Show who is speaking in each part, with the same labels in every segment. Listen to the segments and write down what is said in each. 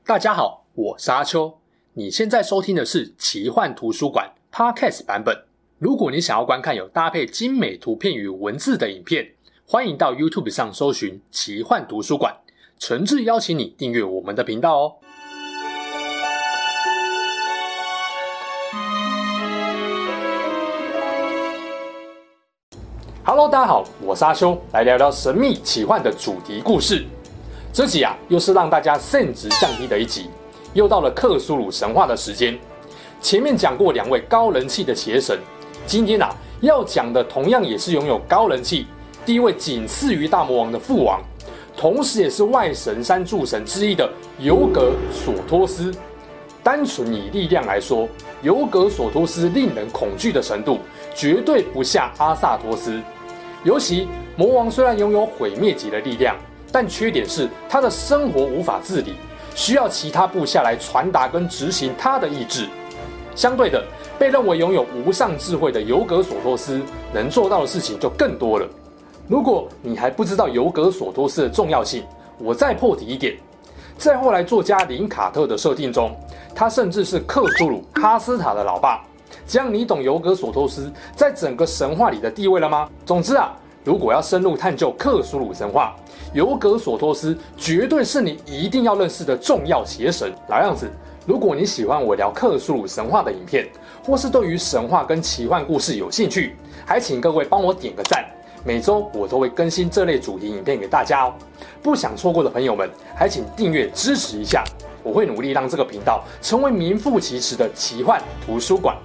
Speaker 1: 大家好，我是阿秋。你现在收听的是奇幻图书馆 Podcast 版本。如果你想要观看有搭配精美图片与文字的影片，欢迎到 YouTube 上搜寻奇幻图书馆，诚挚邀请你订阅我们的频道哦。Hello， 大家好，我是阿秋，来聊聊神秘奇幻的主题故事。这集又是让大家肾值降低的一集，又到了克苏鲁神话的时间。前面讲过2位高人气的邪神，今天要讲的同样也是拥有高人气，第一位仅次于大魔王的父王，同时也是外神山诸神之一的尤格索托斯。单纯以力量来说，尤格索托斯令人恐惧的程度绝对不下阿萨托斯。尤其魔王虽然拥有毁灭级的力量，但缺点是他的生活无法自理，需要其他部下来传达跟执行他的意志。相对的，被认为拥有无上智慧的尤格索托斯能做到的事情就更多了。如果你还不知道尤格索托斯的重要性，我再破题一点。在后来作家林卡特的设定中，他甚至是克苏鲁哈斯塔的老爸。这样你懂尤格索托斯在整个神话里的地位了吗？总之如果要深入探究克苏鲁神话，尤格索托斯绝对是你一定要认识的重要邪神。老样子，如果你喜欢我聊克苏鲁神话的影片，或是对于神话跟奇幻故事有兴趣，还请各位帮我点个赞。每周我都会更新这类主题影片给大家哦。不想错过的朋友们，还请订阅支持一下，我会努力让这个频道成为名副其实的奇幻图书馆。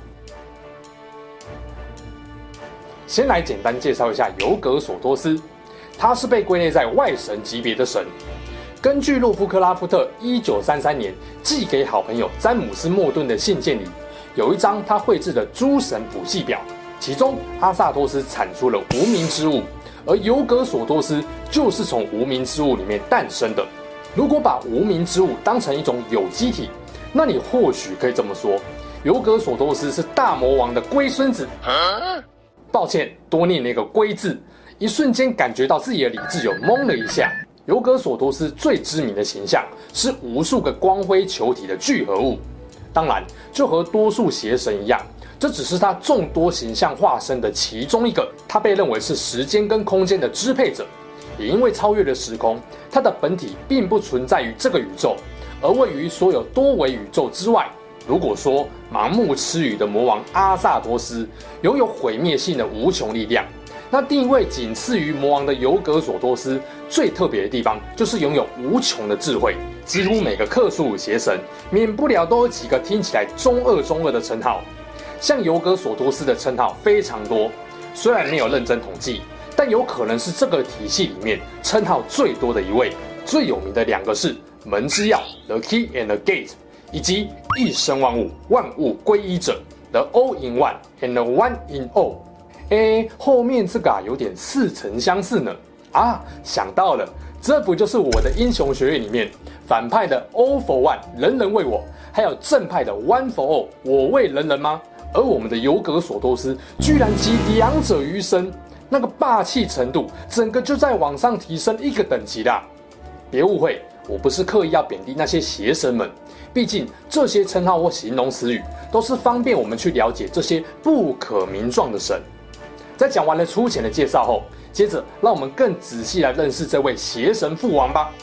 Speaker 1: 先来简单介绍一下尤格索托斯，他是被归类在外神级别的神。根据洛夫克拉夫特1933年寄给好朋友詹姆斯·莫顿的信件里，有一张他绘制的诸神谱系表，其中阿萨托斯产出了无名之物，而尤格索托斯就是从无名之物里面诞生的。如果把无名之物当成一种有机体，那你或许可以这么说，尤格索托斯是大魔王的龟孙子。抱歉，多念了一个龟字，一瞬间感觉到自己的理智有懵了一下。尤格索托斯最知名的形象是无数个光辉球体的聚合物，当然就和多数邪神一样，这只是他众多形象化身的其中一个。他被认为是时间跟空间的支配者，也因为超越了时空，他的本体并不存在于这个宇宙，而位于所有多维宇宙之外。如果说盲目吃鱼的魔王阿萨托斯拥有毁灭性的无穷力量，那地位仅次于魔王的尤格索托斯最特别的地方就是拥有无穷的智慧。几乎每个克苏鲁邪神免不了都有几个听起来中二的称号，像尤格索托斯的称号非常多，虽然没有认真统计，但有可能是这个体系里面称号最多的一位。最有名的2个是门之钥 The Key and the Gate，以及一生万物，万物归一者 The All in One and the One in All。后面这个有点似曾相识呢。想到了，这不就是我的英雄学院里面反派的 All for One， 人人为我，还有正派的 One for All， 我为人人吗？而我们的尤格索托斯居然集2者于身，那个霸气程度，整个就在往上提升一个等级啦。别误会，我不是刻意要贬低那些邪神们，毕竟这些称号或形容词语都是方便我们去了解这些不可名状的神。在讲完了粗浅的介绍后，接着让我们更仔细来认识这位邪神父王吧。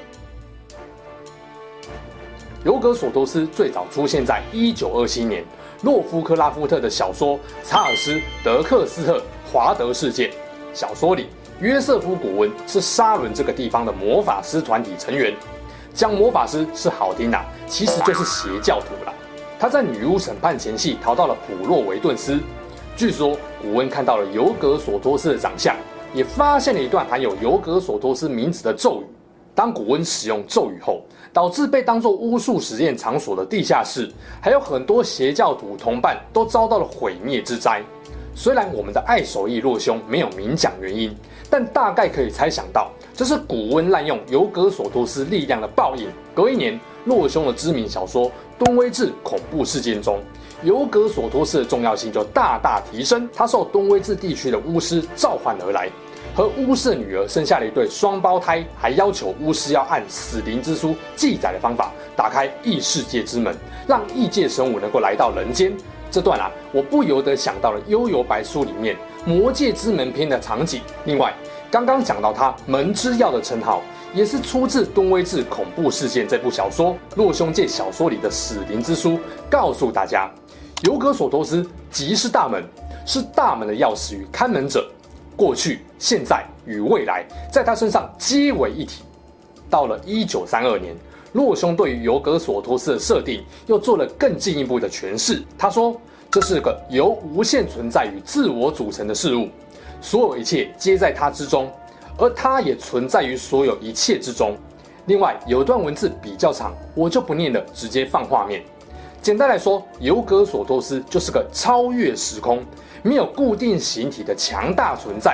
Speaker 1: 尤格索托斯最早出现在1927年洛夫克拉夫特的小说《查尔斯·德克斯特·华德事件》。小说里，约瑟夫·古温是沙伦这个地方的魔法师团体成员。讲魔法师是好听其实就是邪教徒啦。他在女巫审判前夕逃到了普洛维顿斯。据说古温看到了尤格索托斯的长相，也发现了一段含有尤格索托斯名字的咒语。当古温使用咒语后，导致被当作巫术实验场所的地下室，还有很多邪教徒同伴都遭到了毁灭之灾。虽然我们的爱手艺洛兄没有明讲原因，但大概可以猜想到，这是古温滥用尤格索托斯力量的报应。隔一年，洛兄的知名小说《敦威治恐怖事件》中，尤格索托斯的重要性就大大提升。他受敦威治地区的巫师召唤而来， 和巫师的女儿生下了一对双胞胎，还要求巫师要按死灵之书记载的方法打开异世界之门，让异界生物能够来到人间。这段我不由得想到了《幽游白书》里面魔界之门篇的场景。另外，刚刚讲到他门之钥的称号，也是出自敦威治恐怖事件这部小说。洛兄界小说里的死灵之书告诉大家，尤格索托斯即是大门，是大门的钥匙与看门者，过去、现在与未来在他身上皆为一体。到了1932年，洛兄对于尤格索托斯的设定又做了更进一步的诠释。他说，这是个由无限存在与自我组成的事物，所有一切皆在它之中，而它也存在于所有一切之中。另外，有段文字比较长，我就不念了，直接放画面。简单来说，尤格索托斯就是个超越时空、没有固定形体的强大存在。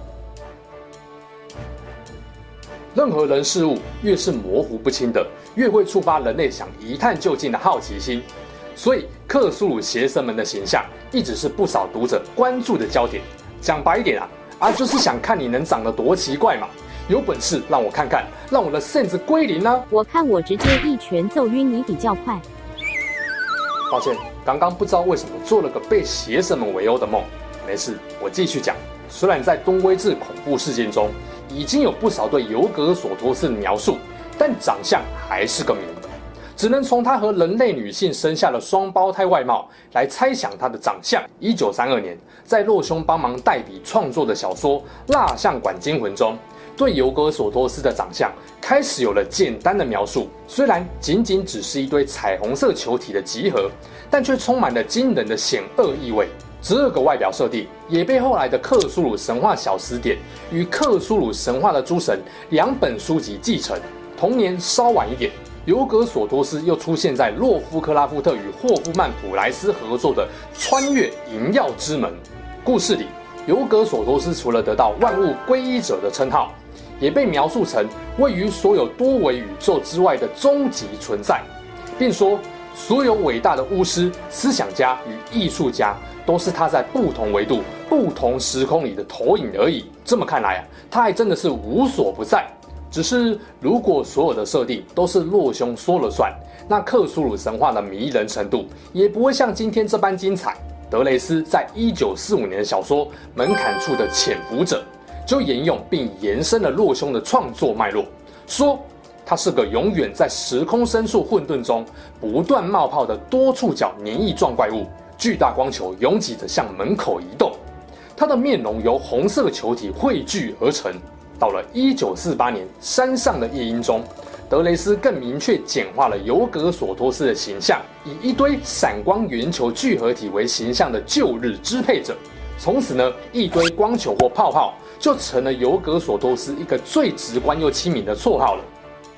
Speaker 1: 任何人事物越是模糊不清的，越会触发人类想一探究竟的好奇心。所以，克苏鲁邪神们的形象一直是不少读者关注的焦点。讲白一点就是想看你能长得多奇怪嘛！有本事让我看看，让我的 sense 归零啊！
Speaker 2: 我看我直接一拳揍晕你比较快。
Speaker 1: 抱歉，刚刚不知道为什么做了个被邪神们围殴的梦。没事，我继续讲。虽然在东威治恐怖事件中已经有不少对尤格索托斯的描述，但长相还是个谜，只能从他和人类女性生下的双胞胎外貌来猜想他的长相。1932年，在洛兄帮忙代笔创作的小说《蜡像馆惊魂》中，对尤格索托斯的长相开始有了简单的描述。虽然仅仅只是一堆彩虹色球体的集合，但却充满了惊人的险恶意味。这个外表设定也被后来的克苏鲁神话小词典与克苏鲁神话的诸神2本书籍继承。同年稍晚一点，尤格索托斯又出现在洛夫克拉夫特与霍夫曼普莱斯合作的《穿越银曜之门》故事里，尤格索托斯除了得到万物归一者的称号，也被描述成位于所有多维宇宙之外的终极存在，并说所有伟大的巫师、思想家与艺术家都是他在不同维度、不同时空里的投影而已。这么看来他还真的是无所不在。只是如果所有的设定都是洛兄说了算，那克苏鲁神话的迷人程度也不会像今天这般精彩。德雷斯在1945年的小说《门槛处的潜伏者》就沿用并延伸了洛兄的创作脉络，说他是个永远在时空深处混沌中不断冒泡的多触角黏液状怪物，巨大光球拥挤着向门口移动，他的面容由红色球体汇聚而成。到了1948年，《山上的夜莺》中，德雷斯更明确简化了尤格索托斯的形象，以一堆闪光圆球聚合体为形象的旧日支配者。从此一堆光球或泡泡就成了尤格索托斯一个最直观又亲民的绰号了。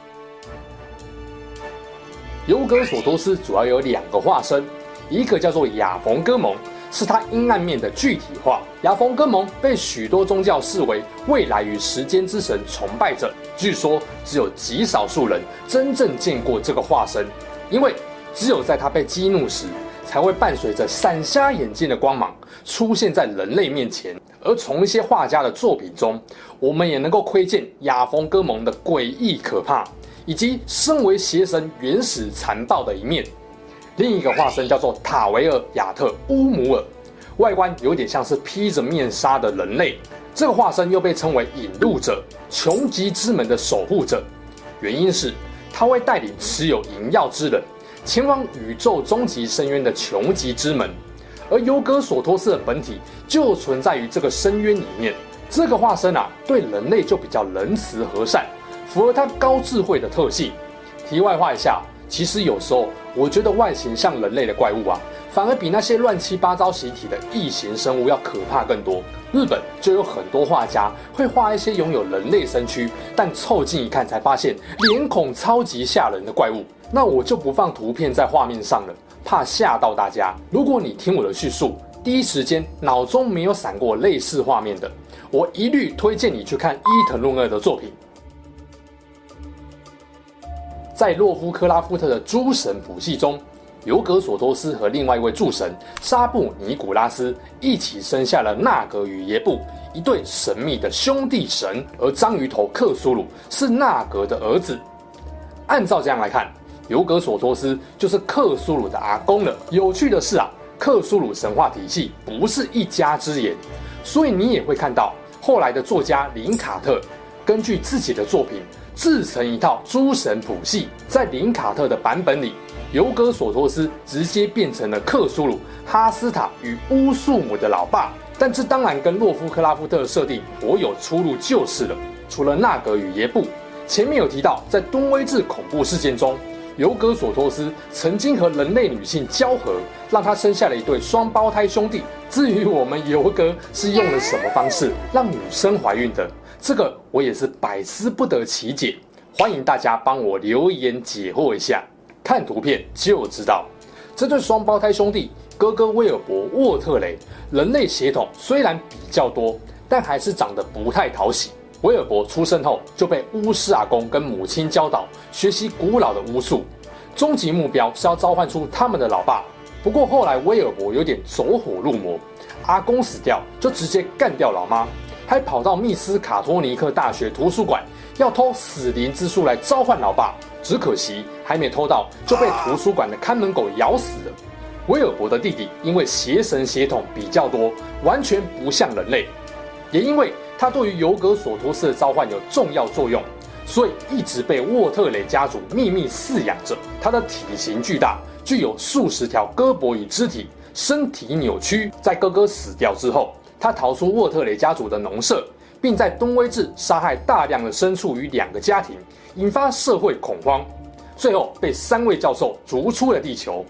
Speaker 1: 尤格索托斯主要有2个化身，一个叫做亚冯哥蒙，是他阴暗面的具体化。亚冯哥蒙被许多宗教视为未来与时间之神崇拜者，据说只有极少数人真正见过这个化身，因为只有在他被激怒时，才会伴随着闪瞎眼睛的光芒出现在人类面前。而从一些画家的作品中，我们也能够窥见亚冯哥蒙的诡异可怕，以及身为邪神原始残暴的一面。另一个化身叫做塔维尔亚特乌姆尔，外观有点像是披着面纱的人类。这个化身又被称为引路者、穷极之门的守护者，原因是他会带领持有银曜之人前往宇宙终极深渊的穷极之门，而尤格索托斯的本体就存在于这个深渊里面。这个化身对人类就比较仁慈和善，符合他高智慧的特性。题外话一下，其实有时候我觉得外形像人类的怪物反而比那些乱七八糟形体的异形生物要可怕更多。日本就有很多画家会画一些拥有人类身躯，但凑近一看才发现脸孔超级吓人的怪物。那我就不放图片在画面上了，怕吓到大家。如果你听我的叙述，第一时间脑中没有闪过类似画面的，我一律推荐你去看伊藤润二的作品。在洛夫克拉夫特的诸神谱系中， 尤格索托斯和另外一位诸神沙布尼古拉斯一起生下了纳格与耶布，一对神秘的兄弟神，而章鱼头克苏鲁是纳格的儿子。按照这样来看，尤格索托斯就是克苏鲁的阿公了。有趣的是啊，克苏鲁神话体系不是一家之言，所以你也会看到后来的作家林卡特根据自己的作品制成一套诸神谱系。在林卡特的版本里，尤格索托斯直接变成了克苏鲁、哈斯塔与乌素姆的老爸，但这当然跟洛夫克拉夫特的设定颇有出入就是了。除了纳格与耶布，前面有提到，在敦威治恐怖事件中，尤格索托斯曾经和人类女性交合，让他生下了一对双胞胎兄弟。至于我们尤哥是用了什么方式让女生怀孕的，这个我也是百思不得其解，欢迎大家帮我留言解惑一下。看图片就知道，这对双胞胎兄弟，哥哥威尔伯·沃特雷，人类血统虽然比较多，但还是长得不太讨喜。威尔伯出生后就被巫师阿公跟母亲教导学习古老的巫术，终极目标是要召唤出他们的老爸。不过后来威尔伯有点走火入魔，阿公死掉就直接干掉老妈，还跑到密斯卡托尼克大学图书馆要偷死灵之书来召唤老爸，只可惜还没偷到就被图书馆的看门狗咬死了。威尔伯的弟弟因为邪神血统比较多，完全不像人类，也因为他对于尤格索托斯的召唤有重要作用，所以一直被沃特雷家族秘密饲养着。他的体型巨大，具有数十条胳膊与肢体，身体扭曲。在哥哥死掉之后，他逃出沃特雷家族的农舍，并在敦威治杀害大量的牲畜与2个家庭，引发社会恐慌，最后被3位教授逐出了地球。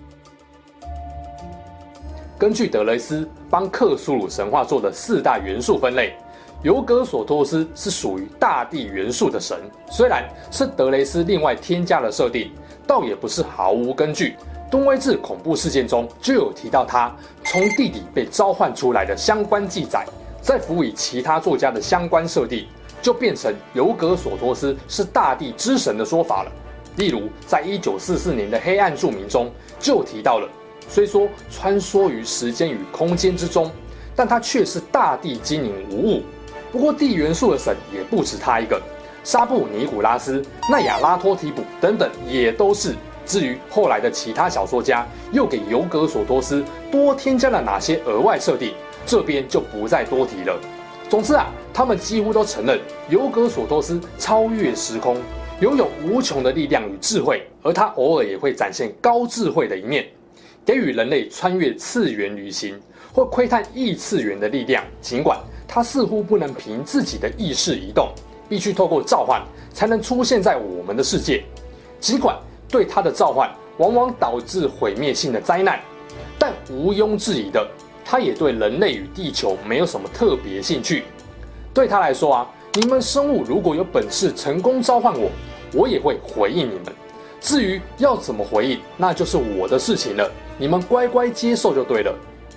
Speaker 1: 根据德雷斯帮克苏鲁神话做的4大元素分类，尤格索托斯是属于大地元素的神，虽然是德雷斯另外添加的设定，倒也不是毫无根据。敦威治恐怖事件中就有提到他从地底被召唤出来的相关记载，再辅以其他作家的相关设定，就变成尤格索托斯是大地之神的说法了。例如，在1944年的黑暗著名中就提到了，虽说穿梭于时间与空间之中，但他却是大地经营无物。不过地元素的神也不止他一个，沙布尼古拉斯、奈亚拉托提普等等也都是。至于后来的其他小说家又给尤格索托斯多添加了哪些额外设定，这边就不再多提了。总之啊，他们几乎都承认尤格索托斯超越时空，拥有无穷的力量与智慧，而他偶尔也会展现高智慧的一面，给予人类穿越次元旅行或窥探异次元的力量。尽管他似乎不能凭自己的意识移动，必须透过召唤才能出现在我们的世界。尽管对他的召唤往往导致毁灭性的灾难，但毋庸置疑的，他也对人类与地球没有什么特别兴趣。对他来说啊，你们生物如果有本事成功召唤我，我也会回应你们。至于要怎么回应，那就是我的事情了，你们乖乖接受就对了。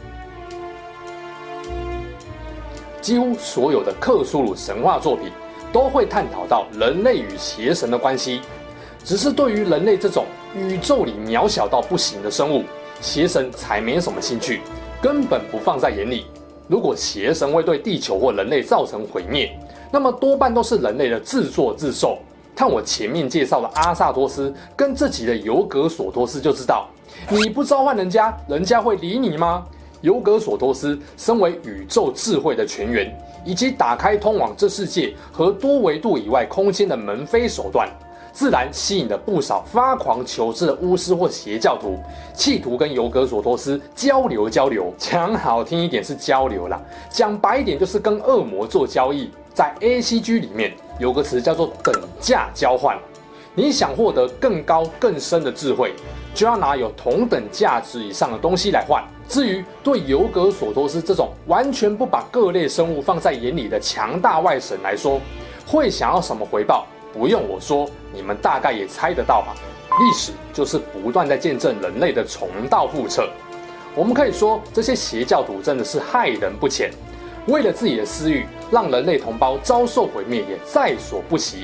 Speaker 1: 几乎所有的克苏鲁神话作品都会探讨到人类与邪神的关系，只是对于人类这种宇宙里渺小到不行的生物，邪神才没什么兴趣，根本不放在眼里。如果邪神会对地球或人类造成毁灭，那么多半都是人类的自作自受。看我前面介绍的阿萨托斯跟这集的尤格索托斯就知道，你不召唤人家，人家会理你吗？尤格索托斯身为宇宙智慧的泉源，以及打开通往这世界和多维度以外空间的门扉手段，自然吸引了不少发狂求知的巫师或邪教徒，企图跟尤格索托斯交流。讲好听一点是交流啦，讲白一点就是跟恶魔做交易。在 ACG 里面有个词叫做等价交换，你想获得更高更深的智慧，就要拿有同等价值以上的东西来换。至于对尤格索托斯这种完全不把各类生物放在眼里的强大外神来说，会想要什么回报？不用我说，你们大概也猜得到吧。历史就是不断在见证人类的重蹈覆辙。我们可以说，这些邪教徒真的是害人不浅，为了自己的私欲，让人类同胞遭受毁灭也在所不惜。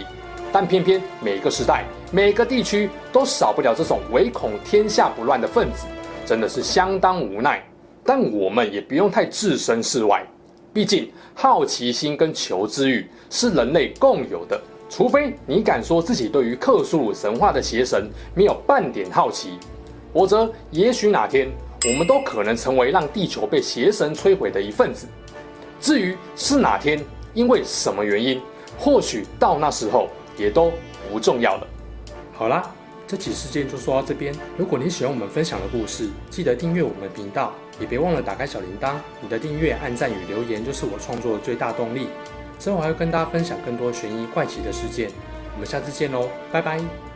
Speaker 1: 但偏偏每个时代、每个地区都少不了这种唯恐天下不乱的分子，真的是相当无奈。但我们也不用太置身事外，毕竟好奇心跟求知欲是人类共有的。除非你敢说自己对于克苏鲁神话的邪神没有半点好奇，否则也许哪天我们都可能成为让地球被邪神摧毁的一份子。至于是哪天，因为什么原因，或许到那时候也都不重要了。
Speaker 3: 好啦，这起事件就说到这边。如果你喜欢我们分享的故事，记得订阅我们的频道，也别忘了打开小铃铛。你的订阅、按赞与留言就是我创作的最大动力。之后还会跟大家分享更多悬疑怪奇的事件。我们下次见喽，拜拜。